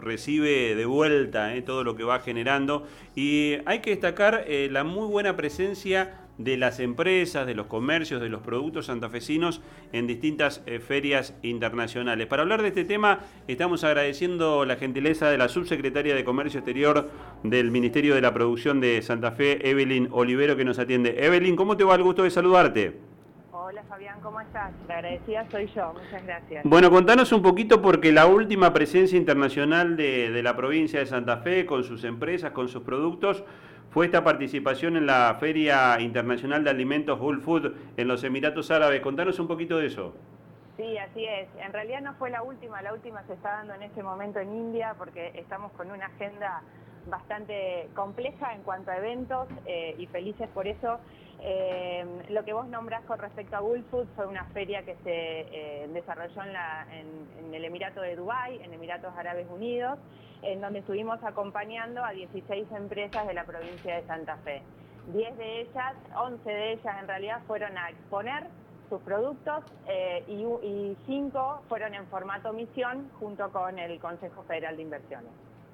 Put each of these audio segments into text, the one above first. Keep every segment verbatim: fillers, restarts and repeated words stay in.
recibe de vuelta eh, todo lo que va generando. Y hay que destacar eh, la muy buena presencia de las empresas, de los comercios, de los productos santafesinos en distintas eh, ferias internacionales. Para hablar de este tema, estamos agradeciendo la gentileza de la subsecretaria de Comercio Exterior del Ministerio de la Producción de Santa Fe, Evelyn Olivero, que nos atiende. Evelyn, ¿cómo te va? El gusto de saludarte. Hola Fabián, ¿cómo estás? La agradecida soy yo, muchas gracias. Bueno, contanos un poquito, porque la última presencia internacional de, de la provincia de Santa Fe, con sus empresas, con sus productos, fue esta participación en la Feria Internacional de Alimentos Whole Food en los Emiratos Árabes. Contanos un poquito de eso. Sí, así es. En realidad no fue la última, la última se está dando en este momento en India, porque estamos con una agenda bastante compleja en cuanto a eventos eh, y felices por eso. Eh, lo que vos nombrás con respecto a Whole Food fue una feria que se eh, desarrolló en, la, en, en el Emirato de Dubái, en Emiratos Árabes Unidos, en donde estuvimos acompañando a dieciséis empresas de la provincia de Santa Fe. diez de ellas, once de ellas en realidad fueron a exponer sus productos eh, y, y cinco fueron en formato misión junto con el Consejo Federal de Inversiones.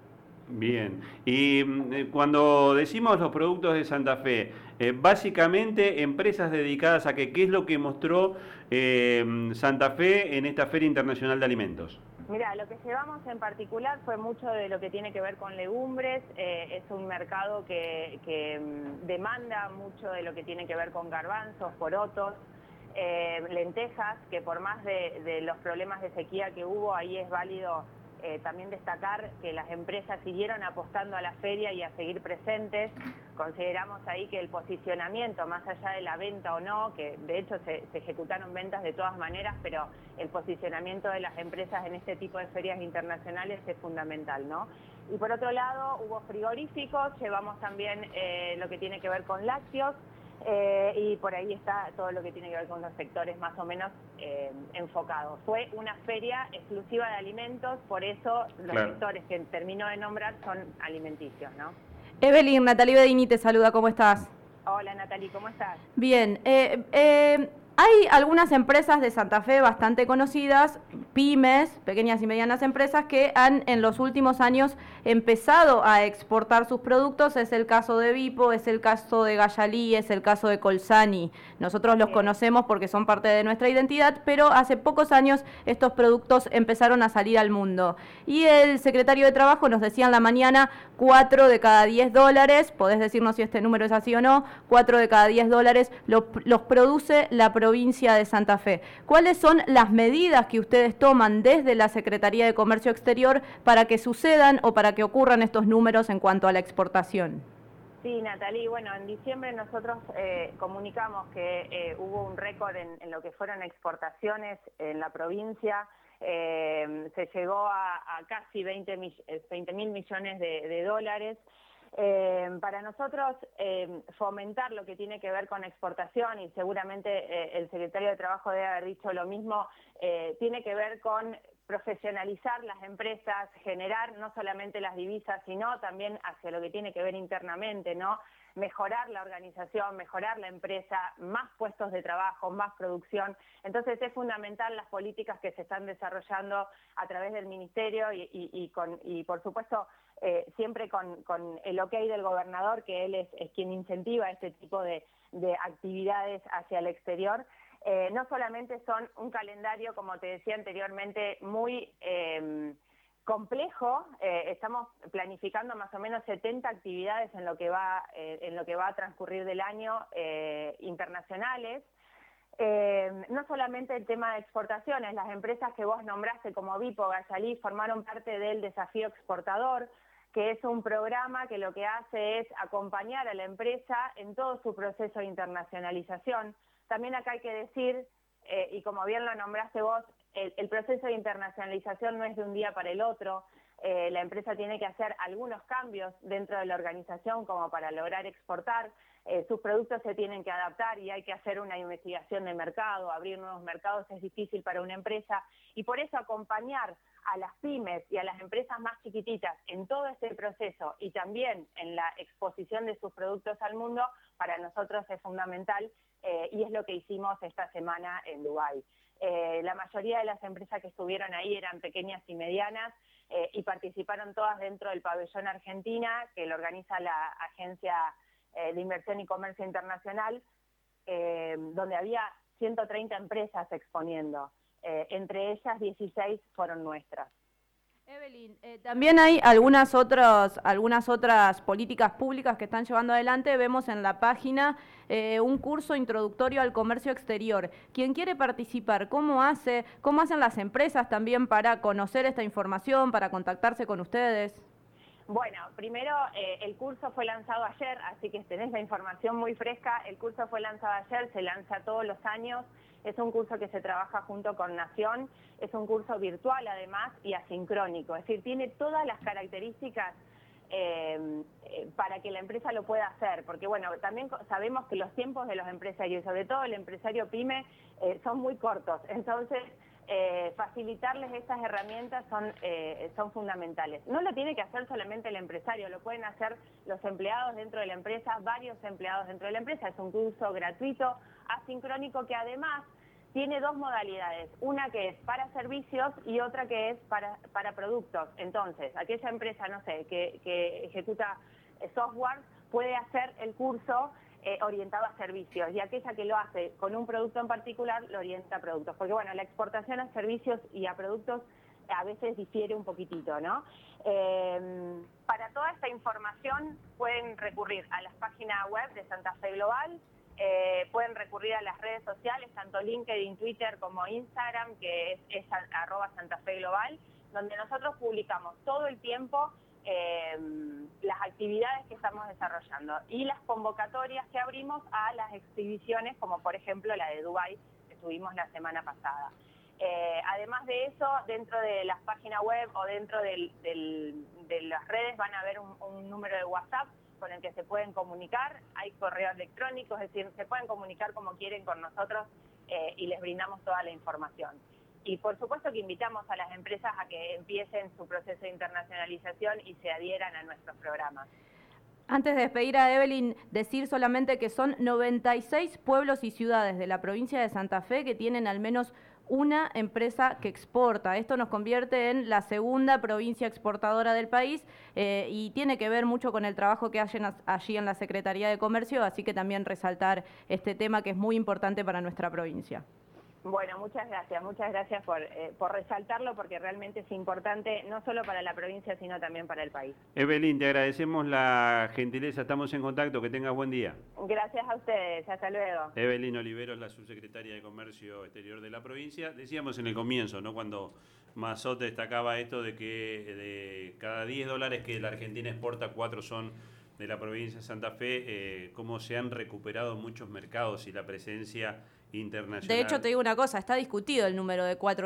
Bien, y eh, cuando decimos los productos de Santa Fe, eh, básicamente empresas dedicadas a que, ¿qué es lo que mostró eh, Santa Fe en esta Feria Internacional de Alimentos? Mira, lo que llevamos en particular fue mucho de lo que tiene que ver con legumbres. Eh, es un mercado que, que um, demanda mucho de lo que tiene que ver con garbanzos, porotos, eh, lentejas, que por más de, de los problemas de sequía que hubo, ahí es válido Eh, también destacar que las empresas siguieron apostando a la feria y a seguir presentes. Consideramos ahí que el posicionamiento, más allá de la venta o no, que de hecho se, se ejecutaron ventas de todas maneras, pero el posicionamiento de las empresas en este tipo de ferias internacionales es fundamental, ¿no? Y por otro lado, hubo frigoríficos, llevamos también eh, lo que tiene que ver con lácteos, Eh, y por ahí está todo lo que tiene que ver con los sectores más o menos eh, enfocados. Fue una feria exclusiva de alimentos, por eso los claro. sectores que termino de nombrar son alimenticios, ¿no? Evelyn, Natalie Bedini te saluda, ¿cómo estás? Hola Natalie, ¿cómo estás? Bien, eh, eh, hay algunas empresas de Santa Fe bastante conocidas, pymes, pequeñas y medianas empresas, que han en los últimos años empezado a exportar sus productos. Es el caso de Vipo, es el caso de Gayalí, es el caso de Colsani. Nosotros los conocemos porque son parte de nuestra identidad, pero hace pocos años estos productos empezaron a salir al mundo. Y el secretario de Trabajo nos decía en la mañana, cuatro de cada diez dólares, podés decirnos si este número es así o no, cuatro de cada diez dólares lo, los produce la provincia de Santa Fe. ¿Cuáles son las medidas que ustedes toman desde la Secretaría de Comercio Exterior para que sucedan o para que ocurran estos números en cuanto a la exportación? Sí, Natalie, bueno, en diciembre nosotros eh, comunicamos que eh, hubo un récord en, en lo que fueron exportaciones en la provincia. Eh, se llegó a, a casi veinte mil millones de, de dólares. Eh, para nosotros eh, fomentar lo que tiene que ver con exportación, y seguramente eh, el secretario de Trabajo debe haber dicho lo mismo, eh, tiene que ver con profesionalizar las empresas, generar no solamente las divisas, sino también hacia lo que tiene que ver internamente, ¿no? Mejorar la organización, mejorar la empresa, más puestos de trabajo, más producción. Entonces es fundamental las políticas que se están desarrollando a través del Ministerio y, y, y, con, y por supuesto, eh, siempre con, con el ok del gobernador, que él es, es quien incentiva este tipo de, de actividades hacia el exterior. Eh, no solamente son un calendario, como te decía anteriormente, muy eh, complejo, eh, estamos planificando más o menos setenta actividades en lo que va, eh, en lo que va a transcurrir del año eh, internacionales. Eh, no solamente el tema de exportaciones, las empresas que vos nombraste como Vipo, Gayalí, formaron parte del Desafío Exportador, que es un programa que lo que hace es acompañar a la empresa en todo su proceso de internacionalización. También acá hay que decir, eh, y como bien lo nombraste vos, el, el proceso de internacionalización no es de un día para el otro. Eh, la empresa tiene que hacer algunos cambios dentro de la organización como para lograr exportar. Eh, sus productos se tienen que adaptar y hay que hacer una investigación de mercado, abrir nuevos mercados es difícil para una empresa, y por eso acompañar a las pymes y a las empresas más chiquititas en todo este proceso y también en la exposición de sus productos al mundo, para nosotros es fundamental, eh, y es lo que hicimos esta semana en Dubái. Eh, la mayoría de las empresas que estuvieron ahí eran pequeñas y medianas, eh, y participaron todas dentro del pabellón Argentina, que lo organiza la Agencia eh, de Inversión y Comercio Internacional, eh, donde había ciento treinta empresas exponiendo, eh, entre ellas dieciséis fueron nuestras. Evelyn, eh, también hay algunas otras, algunas otras políticas públicas que están llevando adelante. Vemos en la página eh, un curso introductorio al comercio exterior. Quien quiere participar, ¿cómo hace? ¿Cómo hacen las empresas también para conocer esta información, para contactarse con ustedes? Bueno, primero eh, el curso fue lanzado ayer, así que tenés la información muy fresca. El curso fue lanzado ayer, se lanza todos los años. Es un curso que se trabaja junto con Nación, es un curso virtual además y asincrónico, es decir, tiene todas las características eh, eh, para que la empresa lo pueda hacer, porque bueno, también sabemos que los tiempos de los empresarios, sobre todo el empresario pyme, eh, son muy cortos, entonces eh, facilitarles estas herramientas son, eh, son fundamentales. No lo tiene que hacer solamente el empresario, lo pueden hacer los empleados dentro de la empresa, varios empleados dentro de la empresa, es un curso gratuito, asincrónico, que además tiene dos modalidades, una que es para servicios y otra que es para, para productos. Entonces, aquella empresa, no sé, que, que ejecuta software puede hacer el curso eh, orientado a servicios, y aquella que lo hace con un producto en particular lo orienta a productos, porque bueno, la exportación a servicios y a productos a veces difiere un poquitito, ¿no? Eh, para toda esta información pueden recurrir a las páginas web de Santa Fe Global. Eh, pueden recurrir a las redes sociales, tanto LinkedIn, Twitter como Instagram, que es, es arroba Santa Fe Global, donde nosotros publicamos todo el tiempo eh, las actividades que estamos desarrollando y las convocatorias que abrimos a las exhibiciones, como por ejemplo la de Dubái, que tuvimos la semana pasada. Eh, además de eso, dentro de las páginas web o dentro del, del, de las redes van a haber un, un número de WhatsApp con el que se pueden comunicar, hay correo electrónico, es decir, se pueden comunicar como quieren con nosotros eh, y les brindamos toda la información. Y por supuesto que invitamos a las empresas a que empiecen su proceso de internacionalización y se adhieran a nuestros programas. Antes de despedir a Evelyn, decir solamente que son noventa y seis pueblos y ciudades de la provincia de Santa Fe que tienen al menos una empresa que exporta. Esto nos convierte en la segunda provincia exportadora del país eh, y tiene que ver mucho con el trabajo que hacen allí en la Secretaría de Comercio, así que también resaltar este tema que es muy importante para nuestra provincia. Bueno, muchas gracias, muchas gracias por, eh, por resaltarlo, porque realmente es importante no solo para la provincia, sino también para el país. Evelyn, te agradecemos la gentileza, estamos en contacto, que tengas buen día. Gracias a ustedes, hasta luego. Evelyn Oliveros, la subsecretaria de Comercio Exterior de la provincia. Decíamos en el comienzo, ¿no?, cuando Mazot destacaba esto de que de cada diez dólares que la Argentina exporta, cuatro son de la provincia de Santa Fe, eh, cómo se han recuperado muchos mercados y la presencia internacional. De hecho, te digo una cosa, está discutido el número de cuatro